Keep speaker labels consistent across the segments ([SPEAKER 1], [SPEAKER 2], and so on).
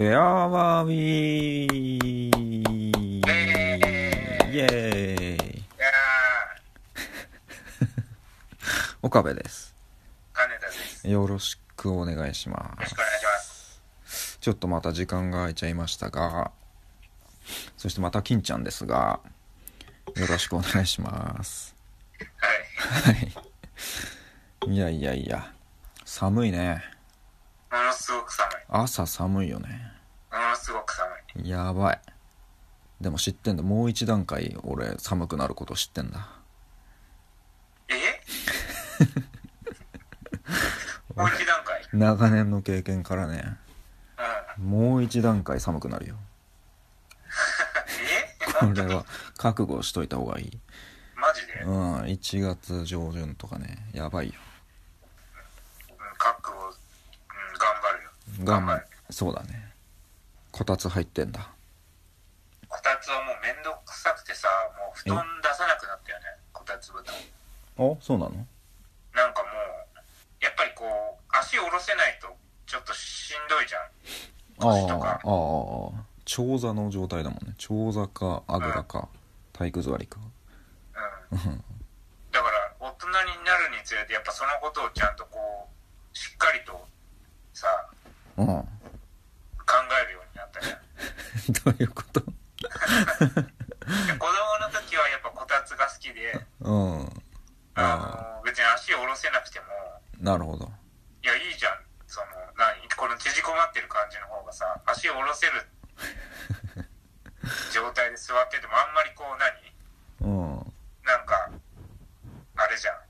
[SPEAKER 1] やわびーイエーイ岡部です。
[SPEAKER 2] 金田です。
[SPEAKER 1] よろしくお願いします。
[SPEAKER 2] よろしくお願いします。
[SPEAKER 1] ちょっとまた時間が空いちゃいましたが、そしてまた金ちゃんですが、よろしくお願いします。
[SPEAKER 2] はい。
[SPEAKER 1] いやいやいや、寒いね。
[SPEAKER 2] ものすごく寒い。
[SPEAKER 1] 朝寒いよね。
[SPEAKER 2] ものすごく寒い。
[SPEAKER 1] やばい。でも知ってんだ。もう一段階俺寒くなること知ってんだ。
[SPEAKER 2] もう一段階。
[SPEAKER 1] 長年の経験からね、もう一段階寒くなるよ。これは覚悟しといた方がいい。
[SPEAKER 2] マジで
[SPEAKER 1] 1月上旬とかね、やばいよ。
[SPEAKER 2] 覚悟、頑張るよ。頑張る。
[SPEAKER 1] そうだね。こたつ入ってんだ。
[SPEAKER 2] こたつはもうめんどくさくてさ、もう布団出さなくなったよね、こたつ布団。
[SPEAKER 1] あ、そうなの？
[SPEAKER 2] なんかもうやっぱりこう足を下ろせないとちょっとしんどいじゃん。腰とか。
[SPEAKER 1] 長座の状態だもんね。長座かあぐらか、体育座りか。
[SPEAKER 2] だから大人になるにつれてやっぱそのことをちゃんとこうしっかりとさ、考えるようになったじゃん。
[SPEAKER 1] どういうこと？
[SPEAKER 2] 子供の時はやっぱこたつが好きで、別に足を下ろせなくても、
[SPEAKER 1] なるほど。
[SPEAKER 2] いやいいじゃん、そのこの縮こまってる感じの方がさ、足を下ろせる状態で座っててもあんまりこうなんかあれじゃん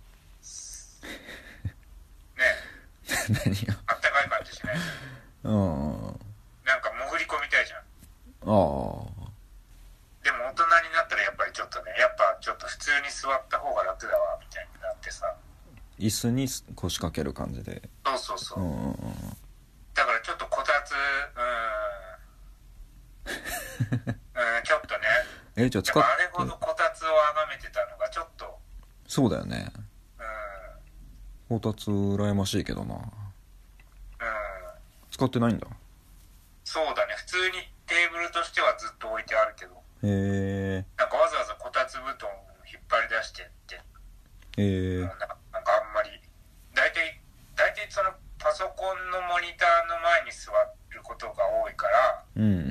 [SPEAKER 2] ね
[SPEAKER 1] 何が
[SPEAKER 2] あったかい感じしないじゃん。なんか潜り込みたいじゃん。でも大人になったらやっぱりちょっとね、やっぱちょっと普通に座った方が楽だわみたいになってさ、
[SPEAKER 1] 椅子に腰掛ける感じで。
[SPEAKER 2] そう、だからちょっとこたつちょっとね、
[SPEAKER 1] じゃあ
[SPEAKER 2] あれほどこたつを崇めてたのがちょっと。
[SPEAKER 1] そうだよね。こたつ羨ましいけどな。使ってないんだ。
[SPEAKER 2] そうだね、普通にテーブルとしてはずっと置いてあるけど、なんかわざわざこたつ布団を引っ張り出してってなんかあんまり大体そのパソコンのモニターの前に座ることが多いから、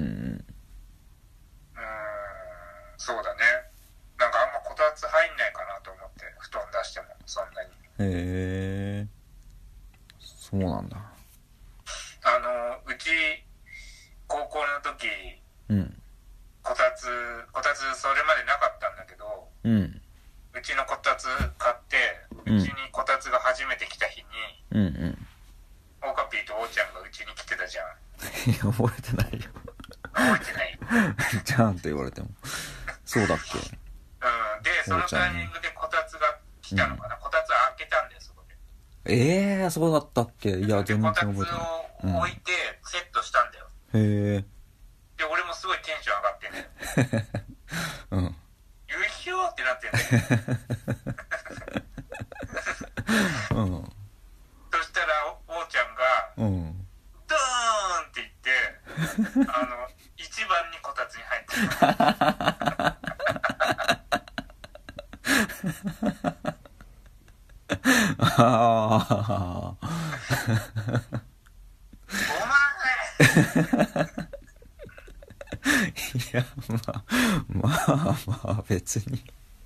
[SPEAKER 2] そうだね、なんかあんまこたつ入んないかなと思って、布団出してもそんなに。
[SPEAKER 1] そうなんだ。
[SPEAKER 2] うち高校の時、こたつそれまでなかったんだけど、うちのこたつ買って、うちにこたつが初めて来た日に、オカピーとオーちゃんがうちに来てたじゃん。
[SPEAKER 1] いや覚えてないよ。
[SPEAKER 2] 覚えてない
[SPEAKER 1] じゃんって言われても。そうだっけ？
[SPEAKER 2] でそのタイミングでこたつが来たのかな、こたつ開けたんだよ、そこで。
[SPEAKER 1] そうだったっけ？いや全然覚えてない。
[SPEAKER 2] こたつを置いてセットしたんだよ。で俺もすごいテンション上がってねゆいひょーってなってんねそしたらおーちゃんがドーンって言って一番にこたつに入ってお前
[SPEAKER 1] いやまあ別に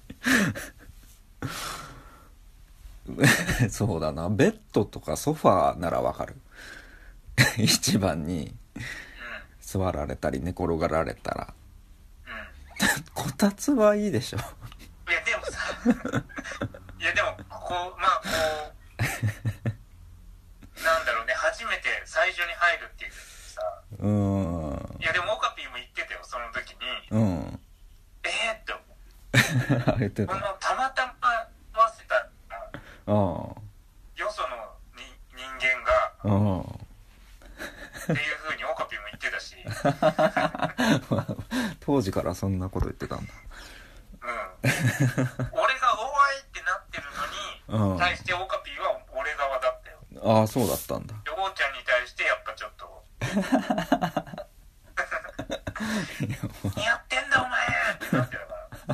[SPEAKER 1] そうだな、ベッドとかソファーならわかる一番に座られたり寝転がられたら、こたつはいいでしょ。
[SPEAKER 2] いやでもさこうなんだろうね、初めて最初に入るっていうさ、いやでもオカピーも言ってたよ、その時にって思う。
[SPEAKER 1] 言ってた。
[SPEAKER 2] このたまたま合わせたよその人間がっていう風にオカピーも言ってたし
[SPEAKER 1] 当時からそんなこと言ってたんだ。
[SPEAKER 2] 俺がおいってなってるのに、対してオカピーは俺側だったよ。
[SPEAKER 1] そうだったんだ。
[SPEAKER 2] おーちゃんに対してやっぱちょっと何やってんだお前ってなって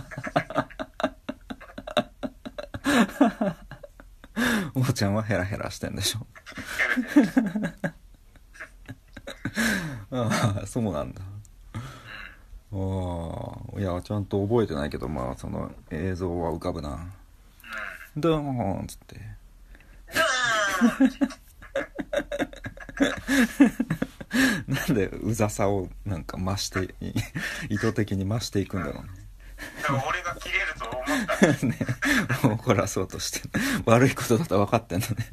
[SPEAKER 2] たから。
[SPEAKER 1] おばちゃんはヘラヘラしてんでしょ。ああ、そうなんだ。ああ、いやちゃんと覚えてないけど、まあその映像は浮かぶな。ドーンっつってなんでうざさをなんか増して意図的に増していくんだろうね。
[SPEAKER 2] 俺がキレると思った
[SPEAKER 1] ね、怒らそうとして悪いことだと分かってんのね。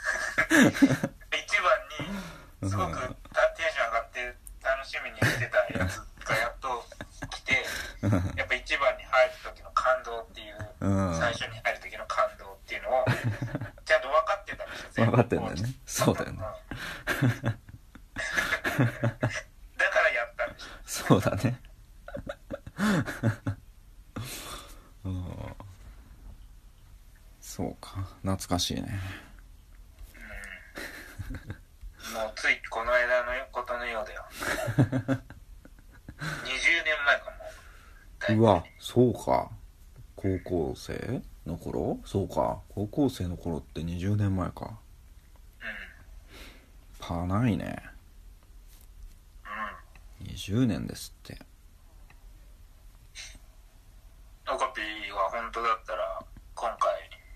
[SPEAKER 2] 一番にすごくテンション上がって楽しみにしてたやつがやっと来てやっぱ一番に入る時の感動っていう、最初に入る時の感動っていうのをちゃんと分かってたんですよ。
[SPEAKER 1] 分かってんだよね。そうだよね。
[SPEAKER 2] だからやったんでしょ。
[SPEAKER 1] そうだね。そうか、懐かしいね。
[SPEAKER 2] もうついこの間のことのようだよ。20年前かも。
[SPEAKER 1] うわ、そうか。高校生の頃？そうか、高校生の頃って20年前か。パないね。20年ですって。
[SPEAKER 2] オカピーは本当だったら今回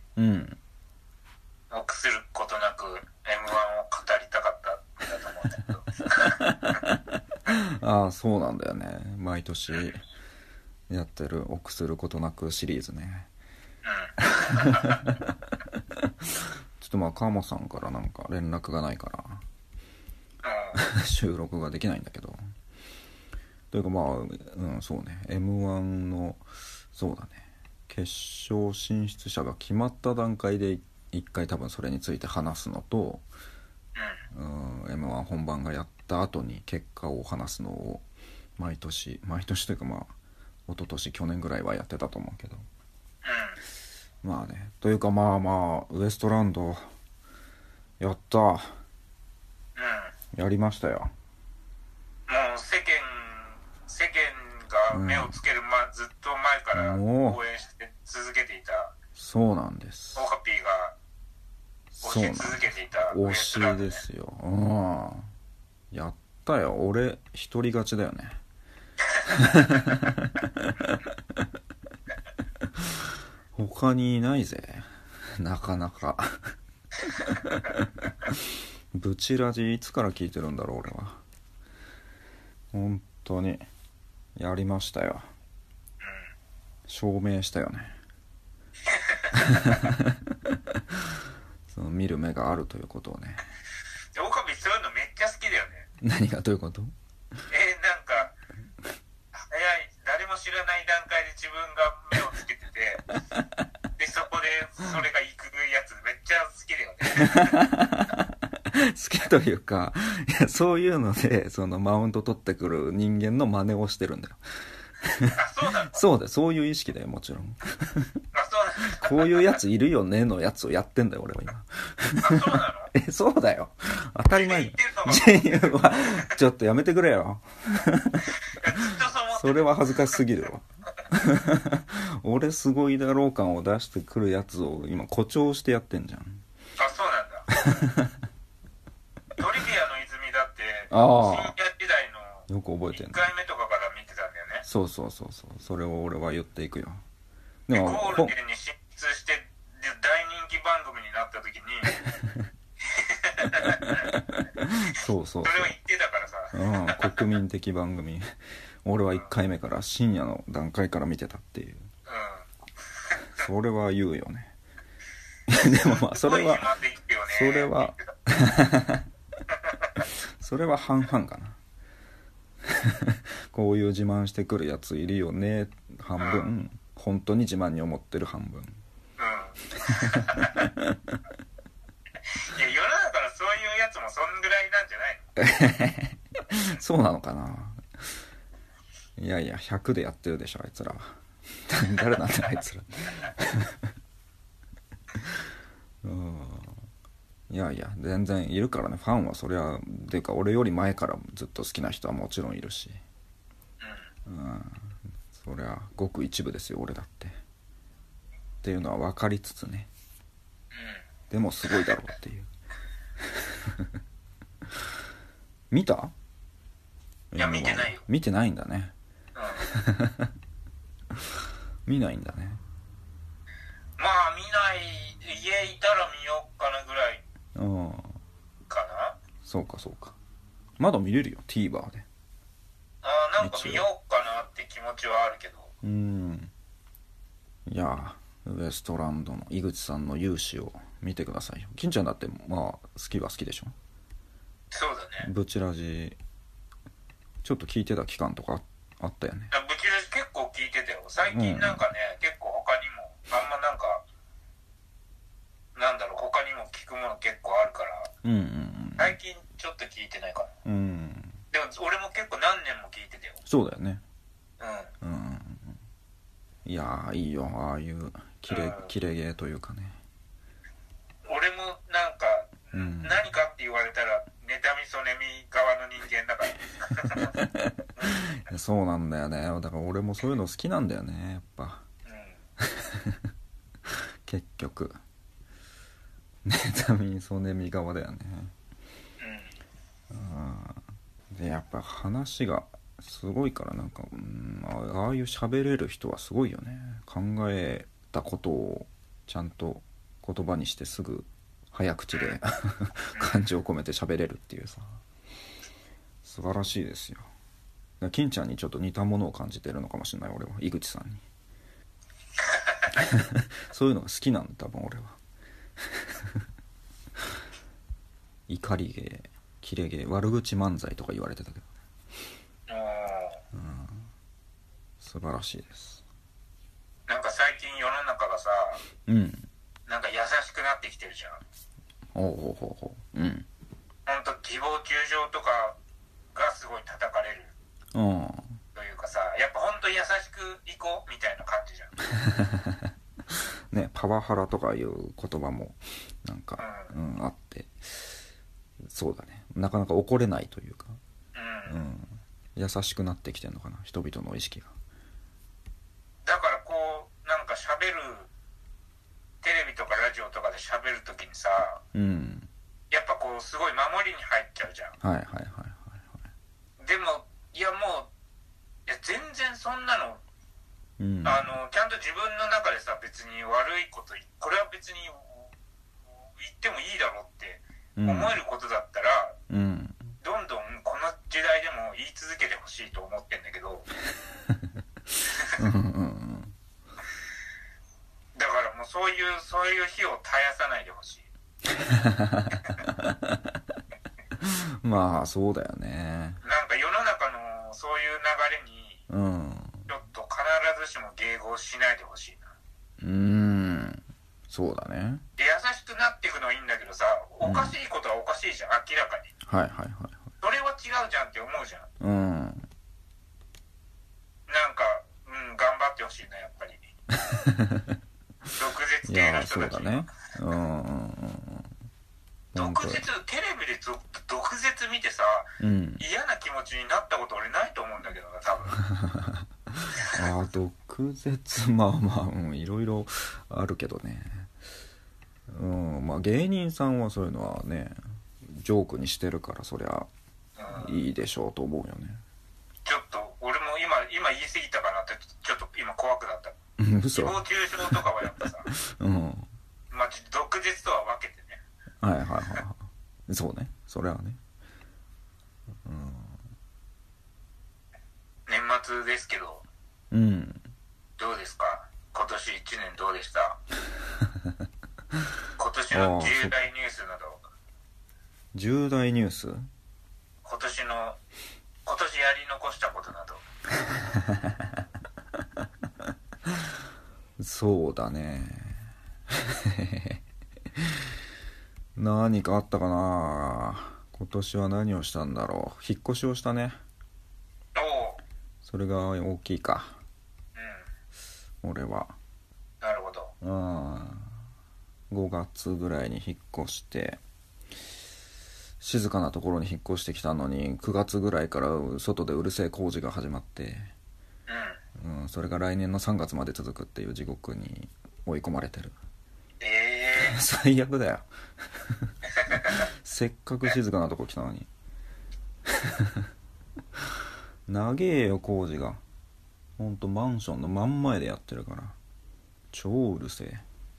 [SPEAKER 2] 臆することなく M1 を語りたかったんだと思うんだけど
[SPEAKER 1] ああ、そうなんだよね。毎年やってる臆することなくシリーズね。ちょっとまあ川本さんからなんか連絡がないから収録ができないんだけど、というかまあ、そうね、 M1 のそうだね、決勝進出者が決まった段階で一回多分それについて話すのと、M1 本番がやった後に結果を話すのを毎年というかまあ一昨年去年ぐらいはやってたと思うけど、まあね、というかまあウエストランドやった、やりましたよ。
[SPEAKER 2] もう世間が目をつける、ずっと前から応援して続けていた、
[SPEAKER 1] そうなんです。
[SPEAKER 2] オカピーが推し続けていた
[SPEAKER 1] 推しですよ。やったよ。俺一人勝ちだよね。他にいないぜ、なかなか。ブチラジいつから聞いてるんだろう俺は。本当にやりましたよ。証明したよね。その見る目があるということをね。
[SPEAKER 2] オカピそういうのめっちゃ好きだよね。
[SPEAKER 1] 何がどういうこと？
[SPEAKER 2] なんか早い、誰も知らない段階で自分が目をつけててでそこでそれが行くやつめっちゃ好きだよね。
[SPEAKER 1] 好きというか、いやそういうのでそのマウント取ってくる人間の真似をしてるんだよ。
[SPEAKER 2] そうなの？
[SPEAKER 1] そうだよ、そういう意識だよ、もちろん。
[SPEAKER 2] そう
[SPEAKER 1] こういうやついるよねのやつをやってんだよ俺は今。
[SPEAKER 2] そうなの？
[SPEAKER 1] そうだよ、当たり前だ。JU はちょっとやめてくれよ。それは恥ずかしすぎるわ。俺すごいだろう感を出してくるやつを今誇張してやってんじゃん。
[SPEAKER 2] そうなんだ。トリビアの泉だって深夜時代の
[SPEAKER 1] よく覚えてる。1
[SPEAKER 2] 回目とかから見てたんだよね。
[SPEAKER 1] そうそれを俺は言っていくよ。
[SPEAKER 2] でもゴールデンに進出して大人気番組になった時に
[SPEAKER 1] そう
[SPEAKER 2] それを言ってたから
[SPEAKER 1] さ、国民的番組。俺は1回目から深夜の段階から見てたっていう、それは言うよね。でもまあそれは半々かな。こういう自慢してくるやついるよね半分、本当に自慢に思ってる半分。
[SPEAKER 2] いや世の中のそういうやつもそんぐらいなんじゃないの？
[SPEAKER 1] そうなのかな。いやいや100でやってるでしょあいつらは。誰なんだあいつら。いやいや全然いるからね、ファンは。そりゃていうか俺より前からずっと好きな人はもちろんいるし、 そりゃごく一部ですよ俺だってっていうのは分かりつつね、でもすごいだろうっていう見た？
[SPEAKER 2] いや見てないよ。
[SPEAKER 1] 見てないんだね、見ないんだね。
[SPEAKER 2] まあ見ない、家いたら見ようかなぐらいかな。
[SPEAKER 1] そうかそうか、まだ見れるよ TVer で。
[SPEAKER 2] なんか見ようかなって気持ちはあるけど。
[SPEAKER 1] いやウエストランドの井口さんの勇姿を見てくださいよ。金ちゃんだってまあ好きは好きでしょ。
[SPEAKER 2] そうだね。
[SPEAKER 1] ブチラジちょっと聞いてた期間とかあったよね。
[SPEAKER 2] ブチラジ結構聞いてたよ最近。なんかね、結構他にもあんまなんかなんだろう、他にも聞くもの結構あるから、最近ちょっと聞いてないかな。でも俺も結構何年も聞いてたよ。
[SPEAKER 1] そうだよね。いやいいよああいうキレゲーというかね。
[SPEAKER 2] 俺もなんか、何かって言われたら妬みそねみ側の人間だから
[SPEAKER 1] そうなんだよね。だから俺もそういうの好きなんだよねやっぱ、結局妬みそねみ側だよね。でやっぱ話がすごいからなんか、ああいう喋れる人はすごいよね。考えたことをちゃんと言葉にしてすぐ早口で感情を込めて喋れるっていうさ、素晴らしいですよ。金ちゃんにちょっと似たものを感じてるのかもしれない俺は、井口さんにそういうのが好きなんだ多分俺は怒り芸、キレ芸、悪口漫才とか言われてたけど、素晴らしいです。
[SPEAKER 2] なんか最近世の中がさ、なんか優しくなってきてるじゃん。ほんと誹謗中傷とかがすごい叩かれるというかさ、やっぱほんと優しくいこうみたいな感じじゃん
[SPEAKER 1] ね、パワハラとかいう言葉もなんか、あって、そうだね、なかなか怒れないというか、優しくなってきてんのかな人々の意識が。
[SPEAKER 2] だからこうなんか喋る、テレビとかラジオとかで喋るときにさ、やっぱこうすごい守りに入っちゃうじゃん。でもいやもう全然そんなの、ちゃんと自分の中でさ、別に悪いこと、これは別に言ってもいいだろうって思えることだったら、どんどんこの時代でも言い続けてほしいと思ってんだけどだからもうそういう日を絶やさないでほしい
[SPEAKER 1] まあそうだよね。
[SPEAKER 2] なんか世の中のそういう流れにちょっと必ずしも迎合しないでほしいな。
[SPEAKER 1] そうだね。
[SPEAKER 2] で優しくなっていくのはいいんだけどさ、おかしいことはおかしいじゃん、明らかに。それは違うじゃんって思うじゃん。なんか頑張ってほしいなやっぱり毒舌系の人たち。
[SPEAKER 1] そうだね。
[SPEAKER 2] 毒舌、テレビで毒舌見てさ、嫌な気持ちになったこと俺ないと思うんだけどな多分
[SPEAKER 1] 毒舌まあいろいろあるけどね。まあ芸人さんはそういうのはねジョークにしてるからそりゃいいでしょうと思うよね。
[SPEAKER 2] ちょっと俺も今言い過ぎたかなってちょっと今怖くなった。
[SPEAKER 1] 嘘。
[SPEAKER 2] 誹謗中傷とかはやっぱさまあ毒舌とは分けてね。
[SPEAKER 1] そうね、それはね。
[SPEAKER 2] 年末ですけどどうですか、今年1年どうでした今年の重大ニュースなど。
[SPEAKER 1] 重大ニュース、
[SPEAKER 2] 今年やり残したことなど。
[SPEAKER 1] そうだね何かあったかな。今年は何をしたんだろう。引っ越しをしたね。それが大きいか。俺は。
[SPEAKER 2] なるほど。
[SPEAKER 1] 5月ぐらいに引っ越して、静かなところに引っ越してきたのに9月ぐらいから外でうるせえ工事が始まってそれが来年の3月まで続くっていう地獄に追い込まれてる。最悪だよせっかく静かなとこ来たのに長えよ工事が。ほんとマンションの真ん前でやってるから超うるせえ。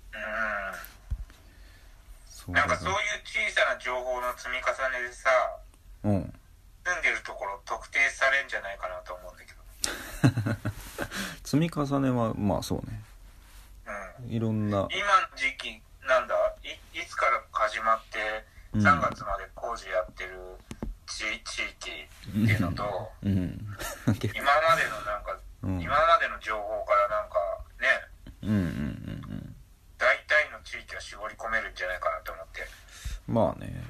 [SPEAKER 2] なんかそういう小さな情報の積み重ねでさ、住んでるところ特定されんじゃないかなと思うんだけど
[SPEAKER 1] 積み重ねはまあそうね、いろんな
[SPEAKER 2] 今の時期なんだ いつから始まって3月まで工事やってる地域っていうのと、今までのなんか、今までの情報からなんかね、大体の地域は絞り込めるんじゃないかなと思って。
[SPEAKER 1] まあね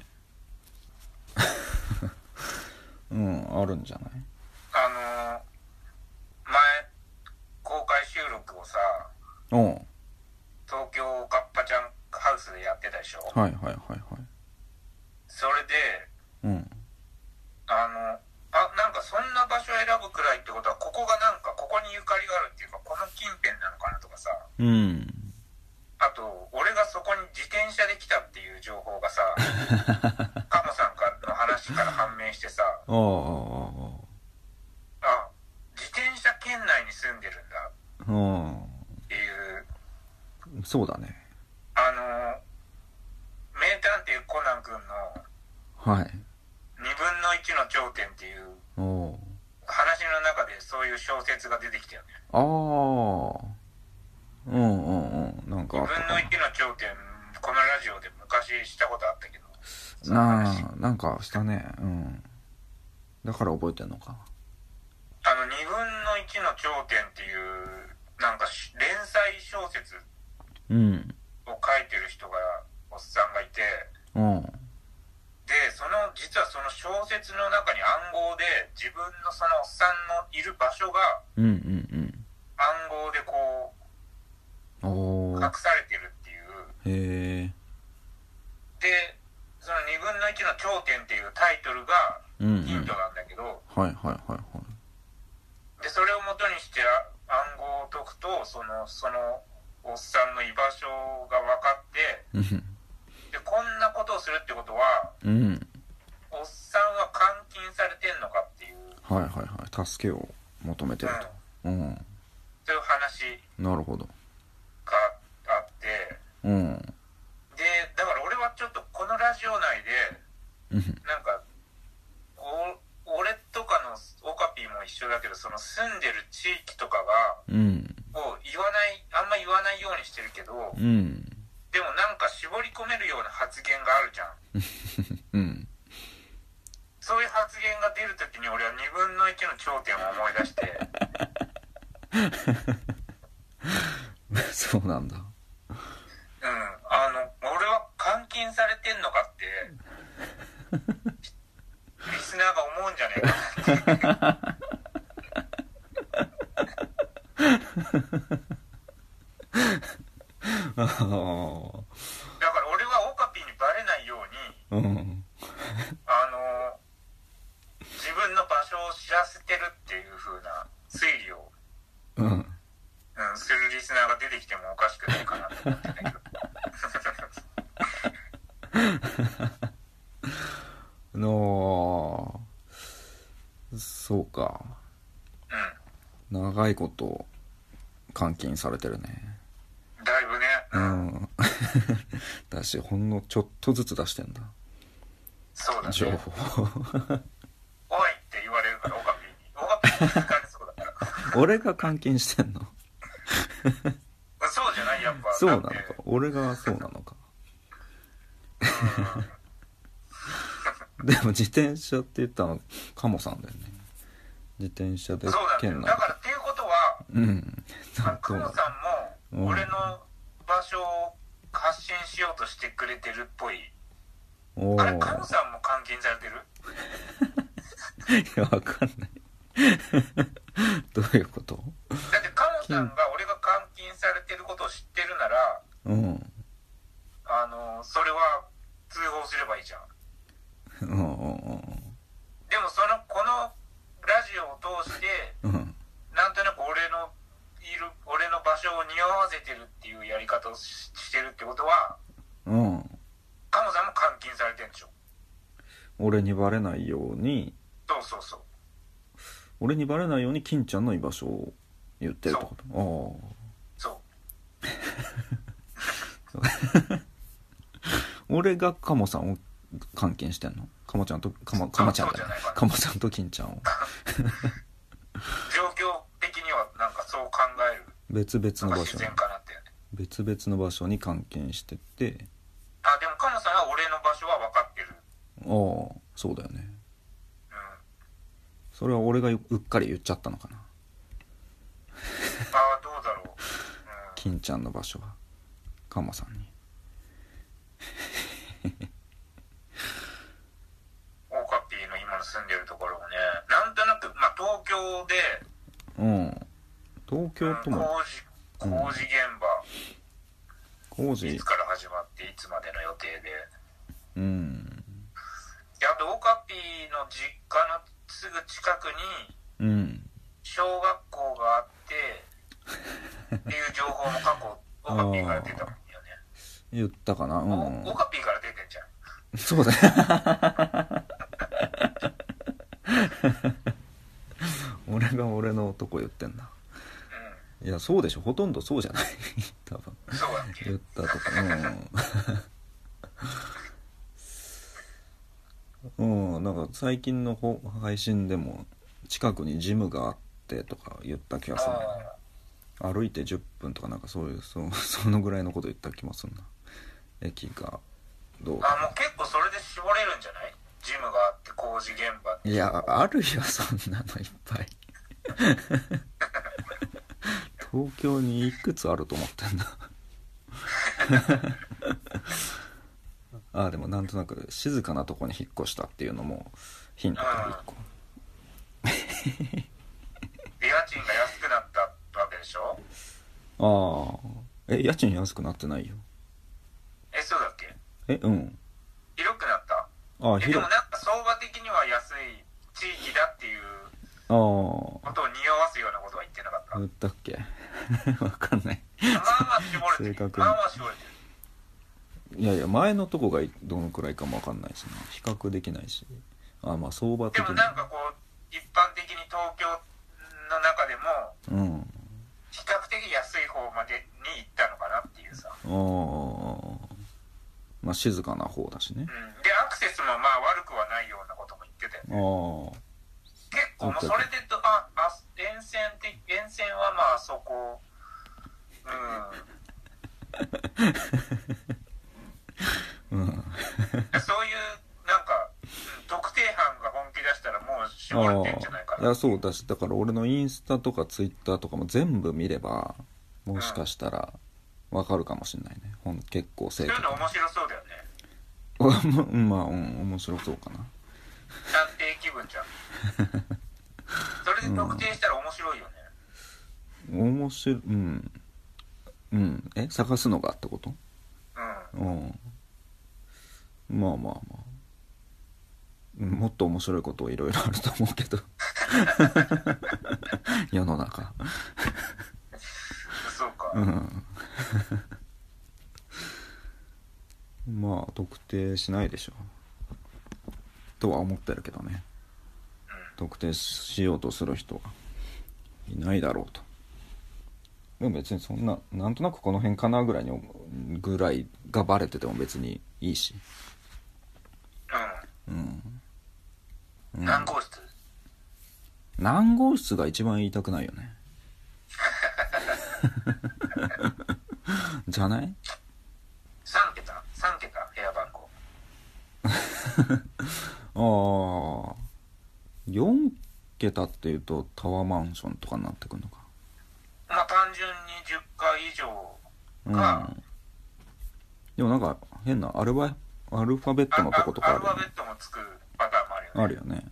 [SPEAKER 1] あるんじゃない。
[SPEAKER 2] 前公開収録をさ、東京カッパちゃんハウスでやってたでしょ。
[SPEAKER 1] はい
[SPEAKER 2] それでなんかそんな場所を選ぶくらいってことはここがなんかここにゆかりがあるっていうかこの近辺なのかなとかさ、あと俺がそこに自転車で来たっていう情報がさカモさんからの話から判明してさ自転車圏内に住んでるんだっていう。
[SPEAKER 1] そうだね。
[SPEAKER 2] 名探偵コナン君の2分の1の頂点っていう話の中でそういう小説が出てきたよね。
[SPEAKER 1] なんか
[SPEAKER 2] 2分の1の頂点、このラジオで昔したことあったけど、
[SPEAKER 1] なんかしたね。だから覚えてんのか。
[SPEAKER 2] 2分の1の頂点っていうなんか連載小説を書いてる人がおっさんがいて、で実はその小説の中に暗号で自分のそのおっさんのいる場所が暗号でこう隠されてるっていう。でその2分の1の頂点っていうタイトルがヒントなんだけど、でそれを元にして暗号を解くとそのおっさんの居場所が分かってでこんなことをするってことは、おっさんは監禁されてんのかっていう
[SPEAKER 1] 助けを求めてると、そういう
[SPEAKER 2] 話
[SPEAKER 1] なるほど
[SPEAKER 2] があって、でだから俺はちょっとこのラジオ内でなんか俺とかのオカピーも一緒だけどその住んでる地域とかが、をあんま言わないようにしてるけど、でもなんか絞り込めるような発言があるじゃんそういう発言が出るときに俺は2分の1の頂点を思い出して
[SPEAKER 1] そうなんだ。
[SPEAKER 2] 俺は監禁されてんのかってリスナーが思うんじゃねえかなってだから俺はオカピーにバレないように、自分の場所を知らせてるっていう風な推理を、するリスナーが出てきてもおかしくないかなと思ってんだけ
[SPEAKER 1] どそうか。長いこと監禁されてるね。
[SPEAKER 2] だいぶね。
[SPEAKER 1] だしほんのちょっとずつ出してんだ。
[SPEAKER 2] そうだね。
[SPEAKER 1] 情報
[SPEAKER 2] おいって言われるからオカピーに聞かれそうだから
[SPEAKER 1] 俺が監禁してんの
[SPEAKER 2] そうじゃないやっぱ。
[SPEAKER 1] そうなのか。俺がそうなのかでも自転車って言ったのカモさんだよね。自転車で
[SPEAKER 2] 県内だからっていうことは、カモさんも俺の場所を発信しようとしてくれてるっぽい。あれカモさんも監禁されてる
[SPEAKER 1] いやわかんないどういうこと？
[SPEAKER 2] だってカモさんが俺が監禁されてることを知ってるなら、それは通報すればいいじゃん。でもこのラジオを通して、なんとなく俺の所を匂わせてるっていうやり方をしてるってことは、
[SPEAKER 1] うん。
[SPEAKER 2] カモさんも監禁されてるんでしょ。
[SPEAKER 1] 俺にバレないように。
[SPEAKER 2] そうそうそう。
[SPEAKER 1] 俺にバレないように金ちゃんの居場所を言ってるってこと。
[SPEAKER 2] そう。
[SPEAKER 1] 俺がカモさんを監禁してんの？カモちゃんとカモちゃんじゃない。カモちゃんと金ちゃんを。
[SPEAKER 2] 状況的にはなんかそう考える。
[SPEAKER 1] 別々の場所に。
[SPEAKER 2] 自然かなって、ね。
[SPEAKER 1] 別々の場所に監禁してて。
[SPEAKER 2] でもカモさんは俺の場所は分かってる。
[SPEAKER 1] そうだよね。
[SPEAKER 2] うん。
[SPEAKER 1] それは俺がうっかり言っちゃったのかな。
[SPEAKER 2] どうだろう。
[SPEAKER 1] 金ちゃんの場所はカモさんに。
[SPEAKER 2] オーカッピーの今の住んでるところもね、なんとなく、東京で、
[SPEAKER 1] 東京とも、
[SPEAKER 2] 工事現場、
[SPEAKER 1] 工事
[SPEAKER 2] いつから始まっていつまでの予定で、
[SPEAKER 1] で
[SPEAKER 2] あとオーカッピーの実家のすぐ近くに小学校があってっていう情報も過去オーカッピーから出たもんよね。
[SPEAKER 1] 言ったかな。
[SPEAKER 2] オーカッピーから出てんじゃん。
[SPEAKER 1] そうだよ。俺が俺の男言ってんだ。いやそうでしょ、ほとんどそうじゃない多分。
[SPEAKER 2] そうだっけ。
[SPEAKER 1] 言ったとか。なんか最近の配信でも近くにジムがあってとか言った気がする、ね、歩いて10分とかなんかそういうそのぐらいのこと言った気もするな。駅がどうか。
[SPEAKER 2] もう結構それで絞れるんじゃない？ジムがあって工事現場。
[SPEAKER 1] いやあるよそんなのいっぱい。東京にいくつあると思ってんだ。でもなんとなく静かなとこに引っ越したっていうのもヒントか1個。
[SPEAKER 2] 家賃が安くなったわけでしょ。
[SPEAKER 1] 家賃安くなってないよ。
[SPEAKER 2] そうだっけ。
[SPEAKER 1] 広く
[SPEAKER 2] なった。でもなんか相場的には安い地域だっていうことを匂わすようなことは言ってなかった。
[SPEAKER 1] 言ったっけ。わかんない。
[SPEAKER 2] 絞れてる。絞れて
[SPEAKER 1] る。いや前のとこがどのくらいかもわかんないしな、比較できないし。相場的に。
[SPEAKER 2] でもなんかこう一般的に東京の中でも比較的安い方までに行ったのかなっていうさ。
[SPEAKER 1] 静かな方だしね。
[SPEAKER 2] でアクセスも悪くはないようなことも言ってたよね。結構もうそれで沿線はそこそういうなんか特定班が本気出したらもう絞れてんじゃないかな。
[SPEAKER 1] いやそうだし、だから俺のインスタとかツイッターとかも全部見ればもしかしたらわかるかもしれないね。結構正確。
[SPEAKER 2] そういうの面白そうだよね。
[SPEAKER 1] 面白そうかな。
[SPEAKER 2] 探偵気分じゃん。それで特定したら面白いよね。
[SPEAKER 1] 面白い。探すのがってこと？もっと面白いこといろいろあると思うけど世の中。
[SPEAKER 2] そうか。
[SPEAKER 1] 特定しないでしょとは思ってるけどね。特定しようとする人はいないだろうと。でも別にそんななんとなくこの辺かなぐらいがバレてても別にいいし。
[SPEAKER 2] 何号室？
[SPEAKER 1] 何号室が一番言いたくないよね。じゃない
[SPEAKER 2] ？3桁部屋番号。
[SPEAKER 1] 4桁っていうとタワーマンションとかになってくるのか。
[SPEAKER 2] 単純に10階以上が、
[SPEAKER 1] でもなんか変なアルファベットのとことかあるよね。
[SPEAKER 2] アルファベットもつくパターンもあるよね。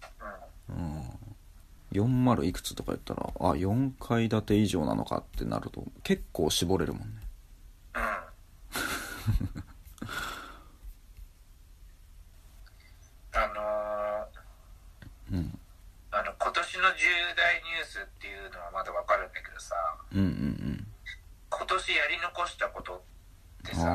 [SPEAKER 1] 40いくつとか言ったら4階建て以上なのかってなると結構絞れるもんね。
[SPEAKER 2] 今年の重大ニュースっていうのはまだ分かるんだけどさ、 年やり残したことってさ、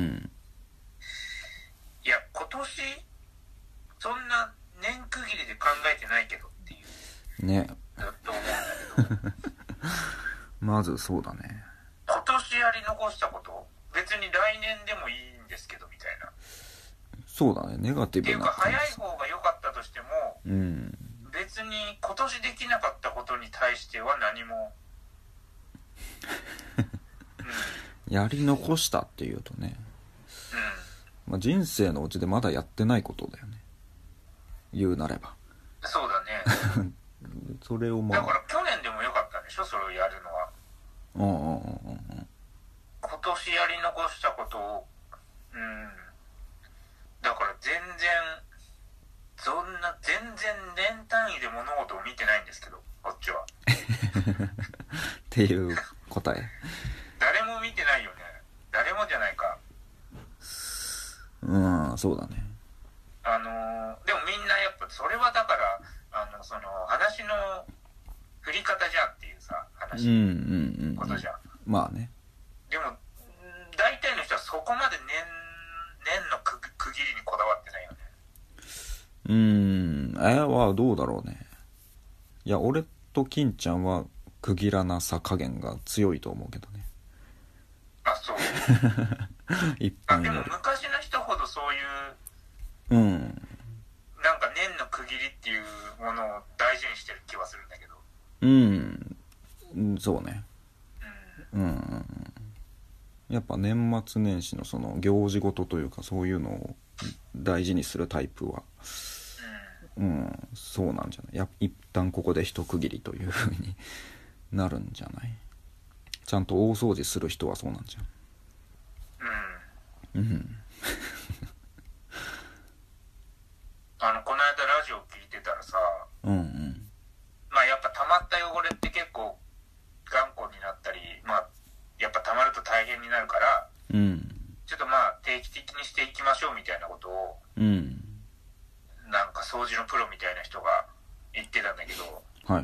[SPEAKER 2] いや今年そんな年区切りで考えてないけどっていう
[SPEAKER 1] ね、
[SPEAKER 2] ずっと思うんだけど
[SPEAKER 1] まずそうだね、
[SPEAKER 2] 今年やり残したこと、別に来年でもいいんですけどみたいな。
[SPEAKER 1] そうだね、ネガティブな
[SPEAKER 2] っていうか早い方が良かったとしても、別に今年できなかったことに対しては何も、
[SPEAKER 1] やり残したっていうとね、人生のうちでまだやってないことだよね、言うなれば。
[SPEAKER 2] そうだね
[SPEAKER 1] それを
[SPEAKER 2] だから去年でもよかったんでしょ、それをやるのは。今年やり残したことを、だから全然年単位で物事を見てないんですけど、こっちは
[SPEAKER 1] っていう答え。
[SPEAKER 2] 誰も見てないよね。誰もじゃないか。
[SPEAKER 1] そうだね。
[SPEAKER 2] でもみんなやっぱそれはだからその話の振り方じゃんっていうさ話、ことじゃん。
[SPEAKER 1] まあね。
[SPEAKER 2] でも大体の人はそこまで年の区切りにこだわってないよね。
[SPEAKER 1] はどうだろうね。いや、俺と金ちゃんは区切らなさ加減が強いと思うけどね。
[SPEAKER 2] あ、そう
[SPEAKER 1] 一般
[SPEAKER 2] でも昔の人ほどそういうなんか年の区切りっていうものを大事にしてる気はするんだけど。
[SPEAKER 1] そうね。やっぱ年末年始のその行事事というかそういうのを大事にするタイプはそうなんじゃない。一旦ここで一区切りという風になるんじゃない。ちゃんと大掃除する人はそうなんじゃん。
[SPEAKER 2] この間ラジオ聞いてたらさ、まあやっぱ溜まった汚れって結構頑固になったり、まあやっぱ溜まると大変になるから、ちょっとまあ定期的にしていきましょうみたいなことを、なんか掃除のプロみたいな人が言ってたんだけど、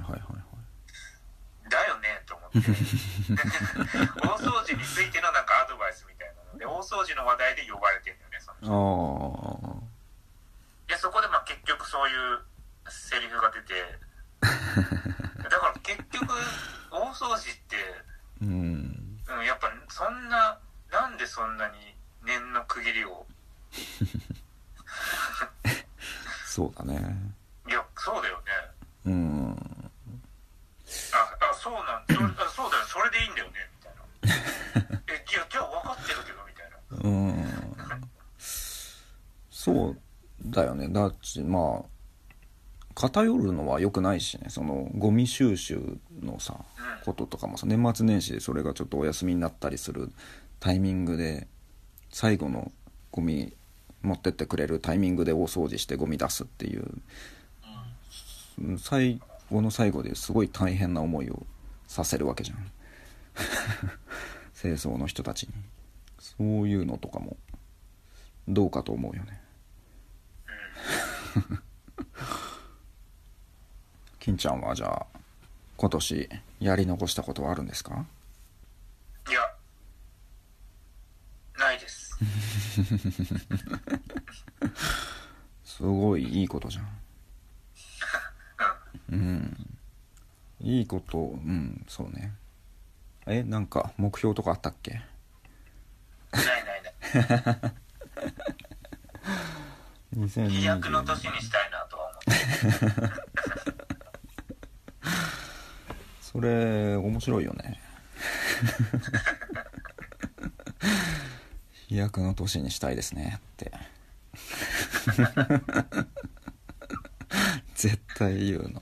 [SPEAKER 2] だよねと思って大掃除についてのなんかアドバイスみたいなので大掃除の話題で呼ばれてるんだよね、その人。でそこでまあ結局そういうセリフが出てだから結局大掃除ってやっぱそんな、なんでそんなに年の区切りを
[SPEAKER 1] そうだね。
[SPEAKER 2] いやそうだよね。そうだよ、それでいいんだよねみたいなじゃあ分かってるけどみたいな
[SPEAKER 1] そうだよね。だってまあ偏るのは良くないしね。そのゴミ収集のさ、こととかもさ、年末年始でそれがちょっとお休みになったりするタイミングで最後のゴミ持ってってくれるタイミングで大掃除してゴミ出すっていう、最後の最後ですごい大変な思いをさせるわけじゃん清掃の人たちに。そういうのとかもどうかと思うよね金ちゃんはじゃあ今年やり残したことはあるんですか？
[SPEAKER 2] いや、ないです
[SPEAKER 1] すごいいいことじゃんいいこと。そうね。なんか目標とかあったっけ？
[SPEAKER 2] ない飛躍の年にしたいなとは思って
[SPEAKER 1] それ面白いよね飛躍の年にしたいですねって絶対言うの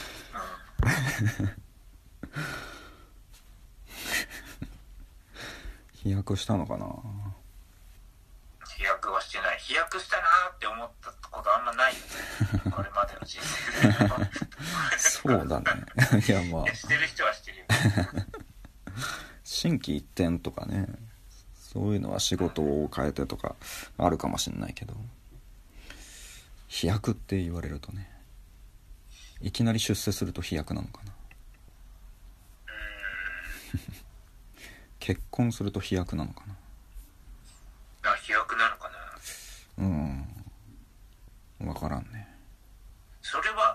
[SPEAKER 1] 飛躍したのかな。
[SPEAKER 2] 飛躍はしてない。飛躍したなーって思ったことあんまないこれまでの人生で
[SPEAKER 1] そうだねいやまあ
[SPEAKER 2] してる人はしてるよ
[SPEAKER 1] 心機一転とかね、そういうのは仕事を変えてとかあるかもしれないけど、飛躍って言われるとね、いきなり出世すると飛躍なのかな結婚すると飛躍なのかな。
[SPEAKER 2] あ、飛躍なのかな。
[SPEAKER 1] 分からんね。
[SPEAKER 2] それは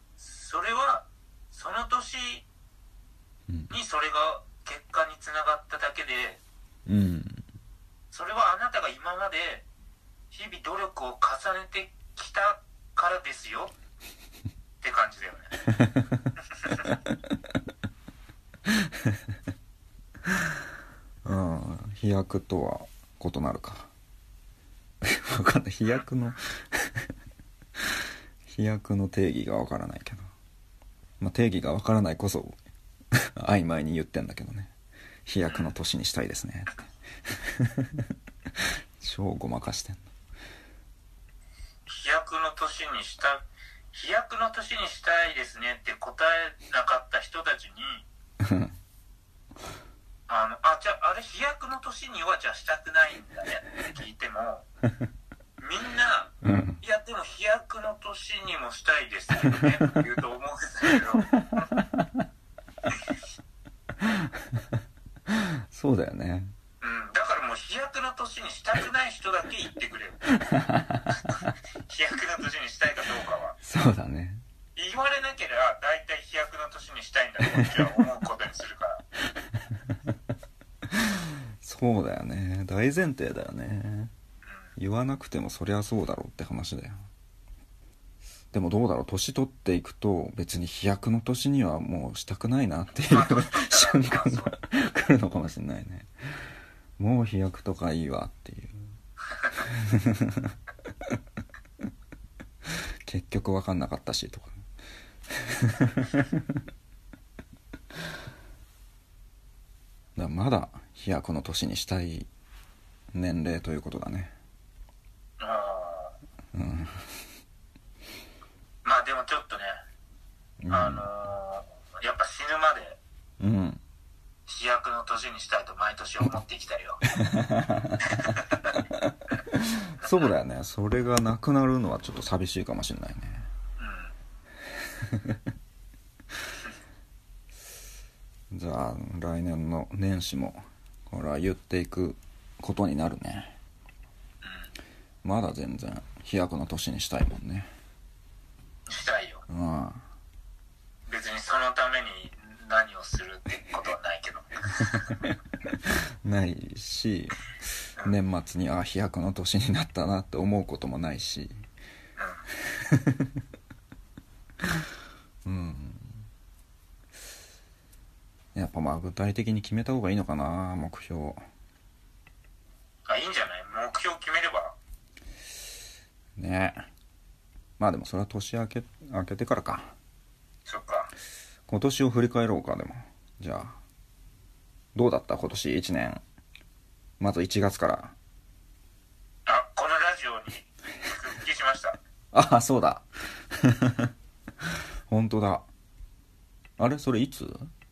[SPEAKER 2] その年にそれが結果につながっただけで、それはあなたが今まで日々努力を重ねてきたからですよって感じだよね。
[SPEAKER 1] 飛躍とは異なるか。分かんない。飛躍の定義が分からないけど、定義が分からないこそ曖昧に言ってんだけどね。飛躍の年にしたいですねって超ごまかしてんの。
[SPEAKER 2] 飛躍の年にしたいですねって答えなかった人たちにじゃああれ飛躍の年にはじゃあしたくないんだねって聞いてもみんな、いやでも飛躍の年にもしたいですよねって言うと思うんだけど
[SPEAKER 1] そうだよね。
[SPEAKER 2] だからもう飛躍の年にしたくない人だけ言ってくれよ飛躍の年にしたいかどうかは。
[SPEAKER 1] そうだね。
[SPEAKER 2] 言われなければ大体飛躍の年にしたいんだとこっちは思うことにするから
[SPEAKER 1] そうだよね。大前提だよね。言わなくてもそりゃそうだろうって話だよ。でもどうだろう、年取っていくと別に飛躍の年にはもうしたくないなっていう瞬間が来るのかもしれないね。もう飛躍とかいいわっていう結局分かんなかったしとかだまだ飛躍の年にしたい年齢ということだね。
[SPEAKER 2] まあでもちょっとね、やっぱ死ぬまで飛躍の年にしたいと毎年思ってきたよ
[SPEAKER 1] そうだよね。それがなくなるのはちょっと寂しいかもしれないねじゃあ来年の年始もこれは言っていくことになるね。まだ全然飛躍の年にしたいもんね。
[SPEAKER 2] したいよ。別にそのために何をするってことはないけど
[SPEAKER 1] ないし、年末に飛躍の年になったなって思うこともないしやっぱ具体的に決めた方がいいのかな、目標。
[SPEAKER 2] いいんじゃない、目標決めれば
[SPEAKER 1] ね。でもそれは年明けてからか。
[SPEAKER 2] そっか。
[SPEAKER 1] 今年を振り返ろうか。でもじゃあどうだった今年1年。まず1月から。
[SPEAKER 2] このラジオに復帰しました
[SPEAKER 1] そうだ本当だ。あれそれいつ？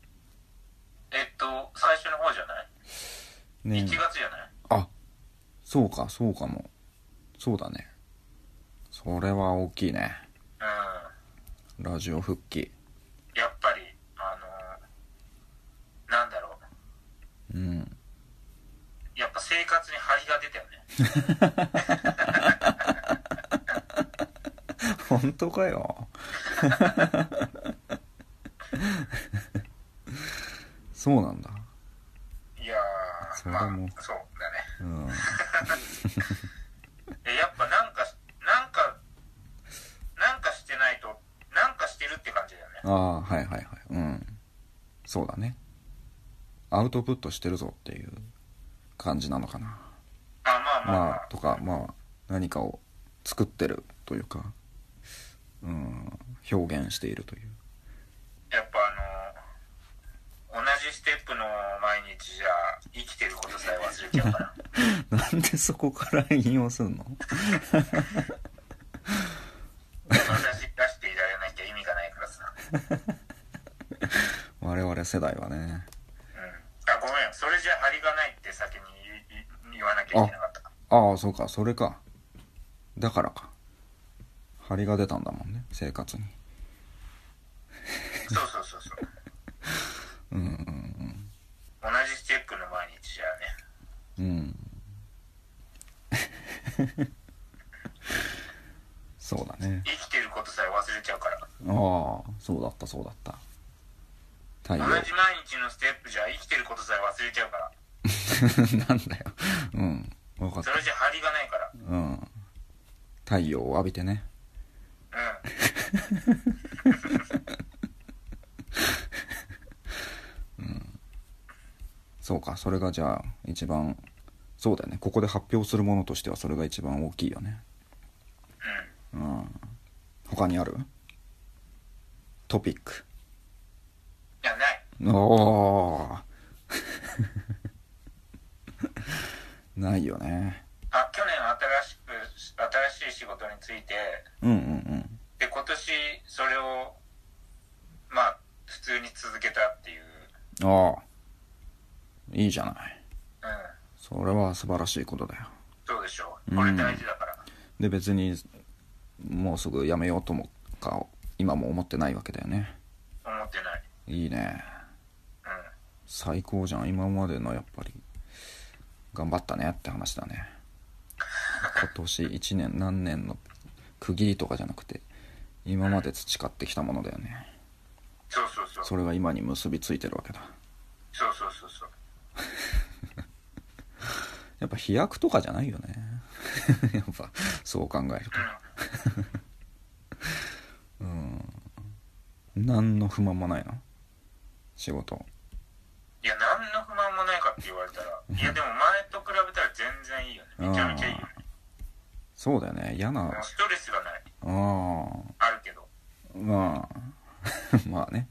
[SPEAKER 2] 最初の方じゃない、1月じゃない？
[SPEAKER 1] そうかも。そうだね。それは大きいね。ラジオ復帰。
[SPEAKER 2] やっぱりなんだろう。やっぱ生活に張りが出たよね
[SPEAKER 1] 本当かよそうなんだ。
[SPEAKER 2] いや
[SPEAKER 1] それも、
[SPEAKER 2] そうだねやっぱなんかしてないとなんかしてるって感じだよね。
[SPEAKER 1] はいそうだね。アウトプットしてるぞっていう感じなのかな。とか何かを作ってるというか、表現しているという。
[SPEAKER 2] やっぱ同じステップの毎日じゃ生きてることさえ忘れちゃうから
[SPEAKER 1] なんでそこから引用すんの
[SPEAKER 2] 私出していられなきゃ意味がないからさ
[SPEAKER 1] 我々世代はね。
[SPEAKER 2] ごめん、それじゃ張りがないって先に言わなきゃいけなかったか。
[SPEAKER 1] そうか、それか。だからか。張りが出たんだもんね、生活に。
[SPEAKER 2] そう同じステップの前
[SPEAKER 1] うんそうだね。
[SPEAKER 2] 生きてることさえ忘れちゃうから。あ
[SPEAKER 1] あ、そうだったそうだった。
[SPEAKER 2] 同じ毎日のステップじゃ生きてることさえ忘れちゃうから。
[SPEAKER 1] なんだよ。うん、分かった。
[SPEAKER 2] それじゃ張りがないから。
[SPEAKER 1] うん。太陽を浴びてね。うん。うん。そうか、それがじゃあ一番、そうだよね。ここで発表するものとしてはそれが一番大きいよね。うん。他にある？トピック。
[SPEAKER 2] いや、ない。
[SPEAKER 1] おー。ないよね。
[SPEAKER 2] 去年新しい仕事について、
[SPEAKER 1] うんうんうん。
[SPEAKER 2] で今年それをまあ普通に続けたっていう。
[SPEAKER 1] ああ、いいじゃない。
[SPEAKER 2] うん。
[SPEAKER 1] それは素晴らしいことだよ。
[SPEAKER 2] そうでしょう。これ大事だから。
[SPEAKER 1] で別にもうすぐ辞めようともか今も思ってないわけだよね。
[SPEAKER 2] 思ってない。
[SPEAKER 1] いいね。
[SPEAKER 2] うん。
[SPEAKER 1] 最高じゃん。今までのやっぱり頑張ったねって話だね。今年1年何年の区切りとかじゃなくて今まで培ってきたものだよね。
[SPEAKER 2] そうそうそう。
[SPEAKER 1] それが今に結びついてるわけだ。
[SPEAKER 2] そうそうそうそう。
[SPEAKER 1] やっぱ飛躍とかじゃないよね。やっぱそう考えると。うん。何の不満もないの？仕事。
[SPEAKER 2] いや、何の不満もないかって言われたら、いやでも前と比べたら全然いいよね。めちゃめちゃいいよね。
[SPEAKER 1] そうだよね。嫌な。
[SPEAKER 2] ストレスがない。あるけど。
[SPEAKER 1] まあまあね。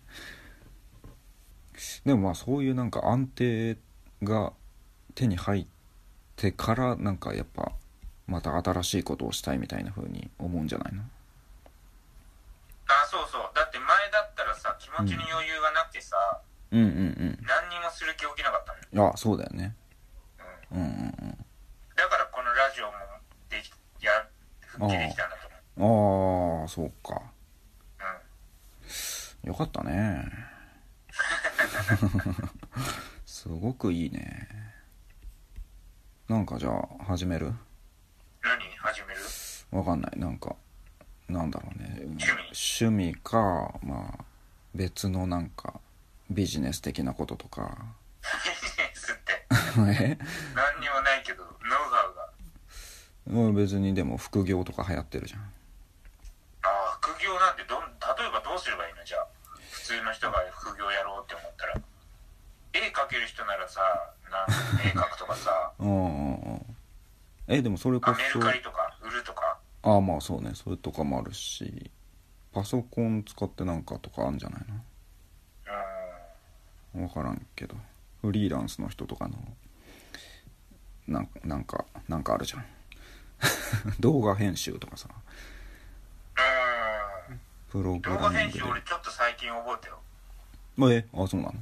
[SPEAKER 1] でもまあそういうなんか安定が手に入ってからなんかやっぱまた新しいことをしたいみたいな風に思うんじゃないの？
[SPEAKER 2] そうそう。だって前だったらさ、気持ちに余裕がなくてさ、
[SPEAKER 1] うんうんうん。
[SPEAKER 2] 何にもする気起きなかったのよ。
[SPEAKER 1] そうだよね。うんうんうん。
[SPEAKER 2] だからこのラジオも復帰できたんだと思う。
[SPEAKER 1] そうか。よかったね。すごくいいね。なんかじゃあ始める？
[SPEAKER 2] 何始める？
[SPEAKER 1] わかんない。なんかなんだろうね。
[SPEAKER 2] 趣
[SPEAKER 1] 味か、まあ別のなんかビジネス的なこととか。
[SPEAKER 2] ビジネスって
[SPEAKER 1] 何に
[SPEAKER 2] もないけどノウハ
[SPEAKER 1] ウが。別にでも副業とか流行ってるじゃん。
[SPEAKER 2] 副業なんて例えばどうすればいいの？じゃあ普通の人が副業やろうって思ったら、絵描ける人ならさ、絵描くとかさ
[SPEAKER 1] でもそれこそ
[SPEAKER 2] メルカリとか売るとか。
[SPEAKER 1] まあそうね、それとかもあるし、パソコン使ってなんかとかあるんじゃないの？分からんけど、フリーランスの人とかのなんかあるじゃん。動画編集とかさ、プログラミングで。動画編集
[SPEAKER 2] 俺ちょっと最近覚えたよ。
[SPEAKER 1] そうなの？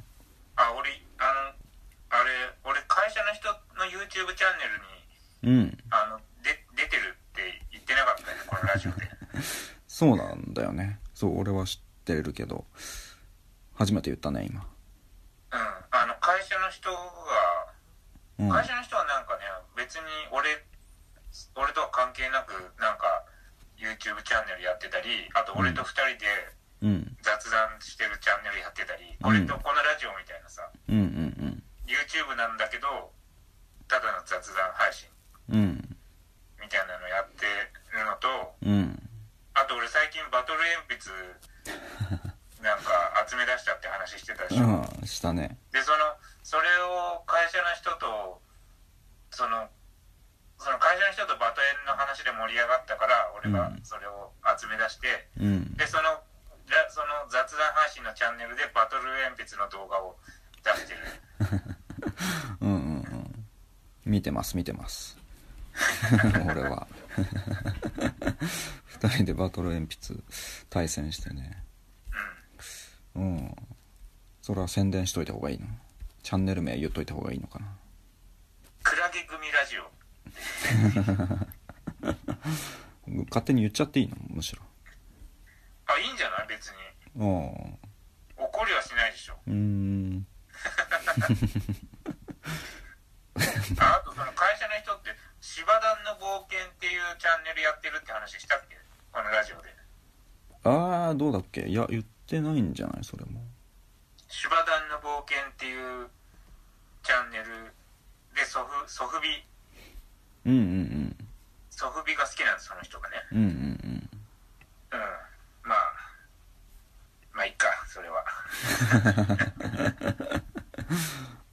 [SPEAKER 2] 俺会社の人の YouTube チャンネルに出てるって言ってなかったよね、このラジオで。
[SPEAKER 1] そうなんだよね。そう、俺は知ってるけど初めて言ったね今。
[SPEAKER 2] 会社の人はなんかね、別に俺とは関係なくなんか YouTube チャンネルやってたり、あと俺と2人で雑談してるチャンネルやってたり、これとこのラジオみたいなさ、YouTube なんだけどただの雑談配信みたいなのやってるのと、あと俺最近バトル鉛筆なんか集め出したって話してたでしょ。
[SPEAKER 1] したね。
[SPEAKER 2] でそれを会社の人とその会社の人とバトエンの話で盛り上がったから、俺がそれを集め出して、でその雑談配信のチャンネルでバトル鉛筆の動画を出してる。
[SPEAKER 1] 見てます俺は。2人でバトル鉛筆対戦してね。それは宣伝しといた方がいいの？チャンネル名言っといた方がいいのかな？
[SPEAKER 2] クラゲ組ラジオ。
[SPEAKER 1] 勝手に言っちゃっていいの？むしろ
[SPEAKER 2] いいんじゃない？別に怒りはしないでしょ。あとャンネルやってるって話したっけ、このラジオで。
[SPEAKER 1] ああ、どうだっけ。いや、言ってないんじゃない、それも。
[SPEAKER 2] シュバダンの冒険っていうチャンネルでソフビ、
[SPEAKER 1] うんうんうん、
[SPEAKER 2] ソフビが好きなんです、その人がね。
[SPEAKER 1] うんうんうん、
[SPEAKER 2] まあいいか、それは。
[SPEAKER 1] うん。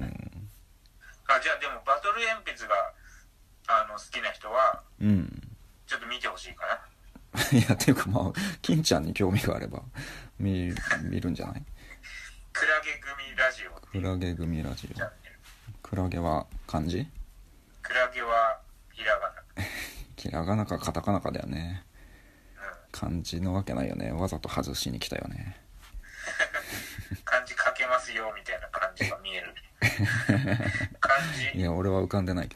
[SPEAKER 2] じゃあでもバトル鉛筆が好きな人は、
[SPEAKER 1] うん、
[SPEAKER 2] ちょっと見てほしいかな。
[SPEAKER 1] いや、っていうかまあ金ちゃんに興味があれば見るんじゃない。
[SPEAKER 2] クラゲ組ラジオ。
[SPEAKER 1] クラゲ組ラジオ。クラゲは漢字？
[SPEAKER 2] クラゲはひらがな。
[SPEAKER 1] ひらがなかカタカナかだよね。漢字のわけないよね。わざと外しに来たよね。
[SPEAKER 2] 漢字書けますよみたいな感じが見える。漢字。
[SPEAKER 1] いや、俺は浮かんでないけど。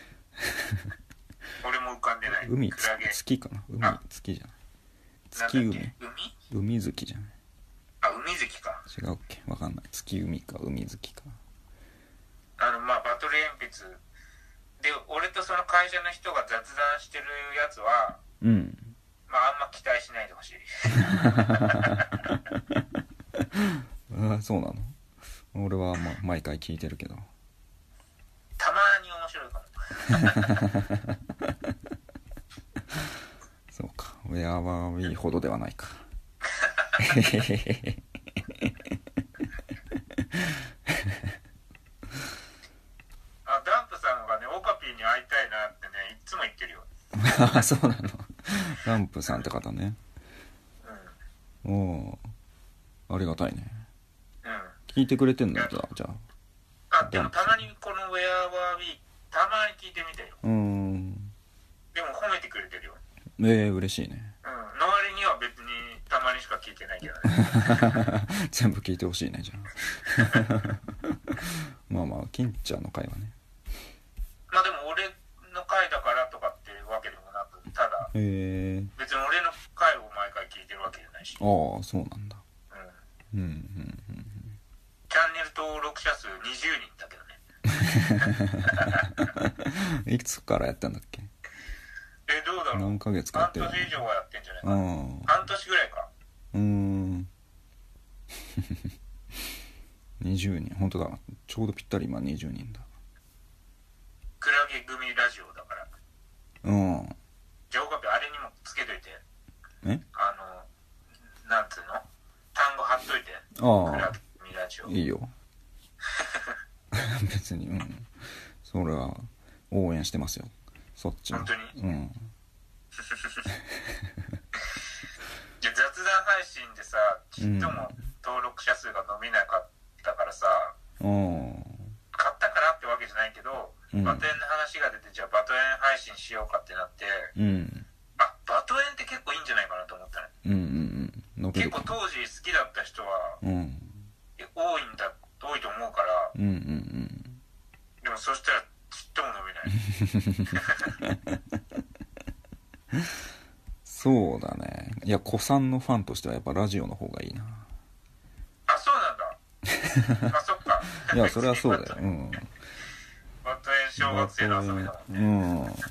[SPEAKER 2] 俺も浮かんでない。
[SPEAKER 1] 海
[SPEAKER 2] クラゲ
[SPEAKER 1] 月かな。海月じゃない。月海。海月じゃない。
[SPEAKER 2] 海月か。
[SPEAKER 1] 違うっけ、わかんない。月海か海月か。
[SPEAKER 2] バトル鉛筆で俺とその会社の人が雑談してるやつは、
[SPEAKER 1] うん、
[SPEAKER 2] あんま期待しないでほしい。
[SPEAKER 1] あ、そうなの。俺は毎回聞いてるけど、
[SPEAKER 2] たまに面白いかも。
[SPEAKER 1] そうか、ウェアワーウィーほどではないか。
[SPEAKER 2] ダンプさんがね、オカピーに会いたいなってね、いつも言ってるよ。
[SPEAKER 1] あ、そうなの。ダンプさんって方ね。おお、ありがたいね。聞いてくれてんのじゃ
[SPEAKER 2] あ。でもたまにこのウェアワーウィーたまに聞いてみてよ。でも褒めてくれてるよ。
[SPEAKER 1] 嬉しいね。
[SPEAKER 2] の割には別にたまにしか聞いてないけどね。
[SPEAKER 1] 全部聞いてほしいね、じゃあ。まあ金ちゃんの回はね。
[SPEAKER 2] でも俺の回だからとかっていうわけでもなく、ただ、別に俺の回を毎回聞いてるわけじゃないし。
[SPEAKER 1] ああ、そうなんだ。チャン
[SPEAKER 2] ネル登録者数20人だけど
[SPEAKER 1] ね。いつからやったんだっけ。
[SPEAKER 2] どうだろう。
[SPEAKER 1] 何ヶ月かやってる。
[SPEAKER 2] 半年以上はやってんじゃないかな。半年ぐらいか。
[SPEAKER 1] 20人、本当だ。ちょうどぴったり今20人だ。
[SPEAKER 2] クラゲ組ラジオだから。じゃあオカピあれにもつけといて。なんつうの、単語貼っといて。クラゲ組ラジオ。
[SPEAKER 1] いいよ。別に、それは応援してますよ。そっちは。
[SPEAKER 2] 本当に。じゃあ雑談配信でさ、ちっとも登録者数が伸びなかったからさ、買ったからってわけじゃないけど、バトエンの話が出て、じゃあバトエン配信しようかってなって、バトエンって結構いいんじゃないかなと思ったね。結構当時好きだった人は、多いと思うから、でもそしたらちっとも伸びない。
[SPEAKER 1] そうだね。いや、古参のファンとしてはやっぱラジオの方がいいな。
[SPEAKER 2] あ、そうなんだ。あ、そっか。
[SPEAKER 1] いや、それはそうだよ。
[SPEAKER 2] バトエン小学生の遊びだもんね。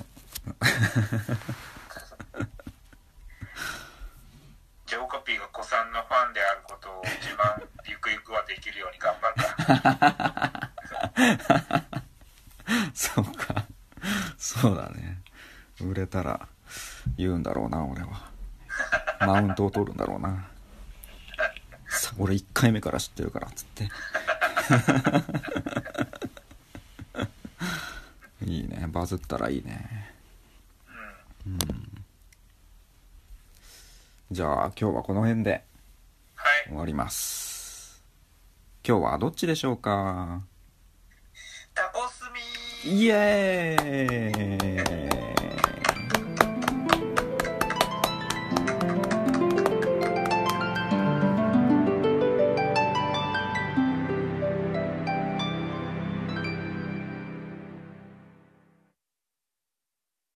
[SPEAKER 2] ジョーコピーが古参のファンであることを自慢ゆくゆくはできるように頑張るから。
[SPEAKER 1] そうか。そうだね。売れたら言うんだろうな、俺は。マウントを取るんだろうな。俺1回目から知ってるからっつって。いいね、バズったらいいね。じゃあ今日はこの辺で終わります。今日はどっちでしょうか。
[SPEAKER 2] タコスミ
[SPEAKER 1] イエーイ。